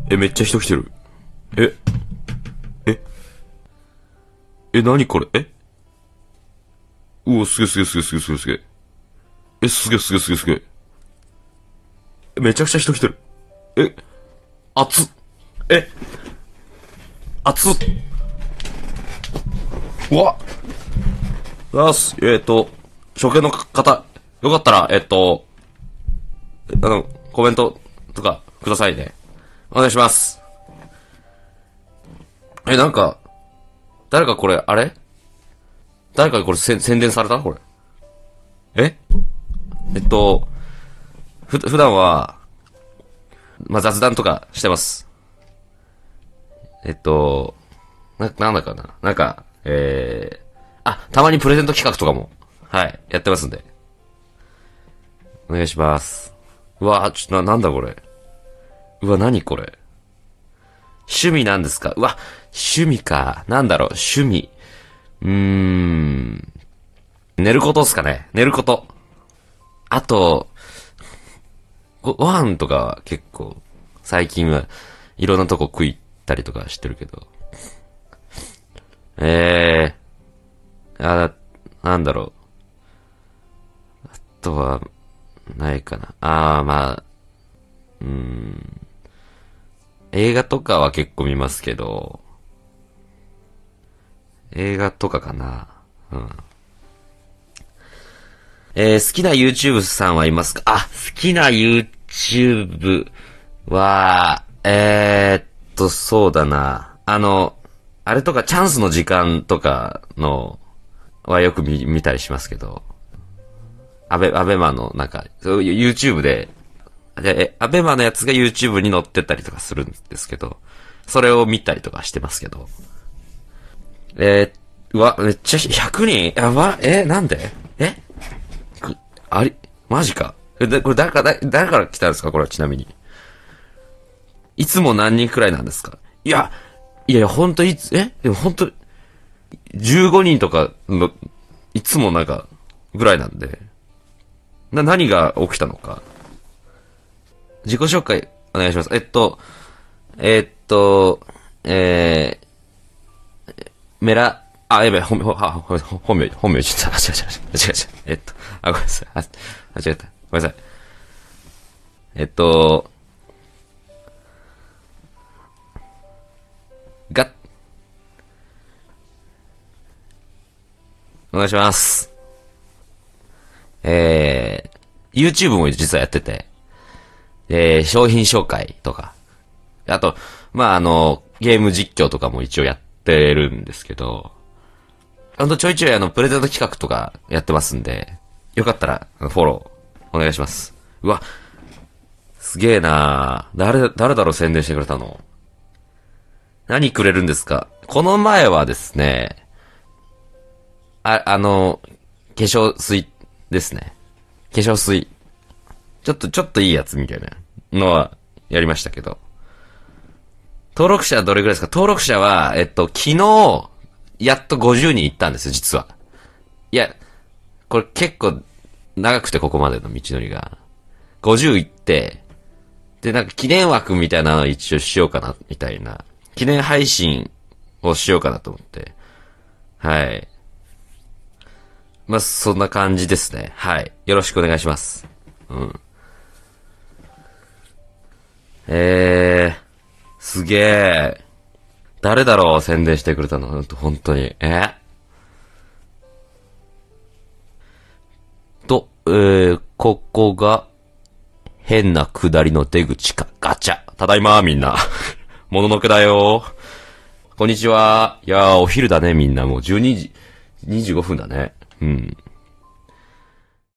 めっちゃ人来てる。え、なにこれ。うお、すげえすげえすげえすげえすげえすげえ。すげえすげえすげえすげえ。めちゃくちゃ人来てる。熱っ。熱っ。うわ初見の方、よかったら、コメントとかくださいね。お願いします。なんか、誰かこれ、あれ誰かこれ宣伝されたこれ。普段は、雑談とかしてます。なんだかななんか、たまにプレゼント企画とかも、はい、やってますんで。お願いします。うわなんだこれ。うわ、何これ。趣味なんですか？うわ、趣味か。なんだろう、趣味。寝ることっすかね。寝ること。あと、ご飯とかは結構、最近はいろんなとこ食いったりとかしてるけど。なんだろう。あとは、ないかな。映画とかは結構見ますけど、映画とかかな。好きな YouTube さんはいますか？好きな YouTube は、そうだな。あれとかチャンスの時間とかのはよく見たりしますけど、アベマのなんか、そういう YouTube で、アベマのやつが YouTube に載ってたりとかするんですけど、それを見たりとかしてますけど。うわ、めっちゃ100人やば、なんでマジか。これ誰から来たんですかこれはちなみに。いつも何人くらいなんですか？いや、ほんとでもほんと、15人とかの、いつもなんか、ぐらいなんで。何が起きたのか。自己紹介、お願いします。やべえ、本名、違う、違う、違う、ごめんなさい。間違えた。ごめんなさい。が、お願いします。YouTube も実はやってて、商品紹介とか、あと、ゲーム実況とかも一応やってるんですけど、ちょいちょいプレゼント企画とかやってますんで、よかったら、フォロー、お願いします。うわ、すげえな誰だろう宣伝してくれたの。何くれるんですか？この前はですね、化粧水ですね。化粧水。ちょっといいやつみたいなのはやりましたけど。登録者はどれくらいですか？登録者は、昨日、やっと50人行ったんですよ、実は。いや、これ結構長くてここまでの道のりが。50行って、で、なんか記念枠みたいなのを一応しようかな、みたいな。記念配信をしようかなと思って。はい。そんな感じですね。はい。よろしくお願いします。すげえ。誰だろう宣伝してくれたの本当に。ここが変な下りの出口か。ガチャ。ただいまみんな。もののけだよ。こんにちは。いやー、お昼だねみんな。もう12時、25分だね。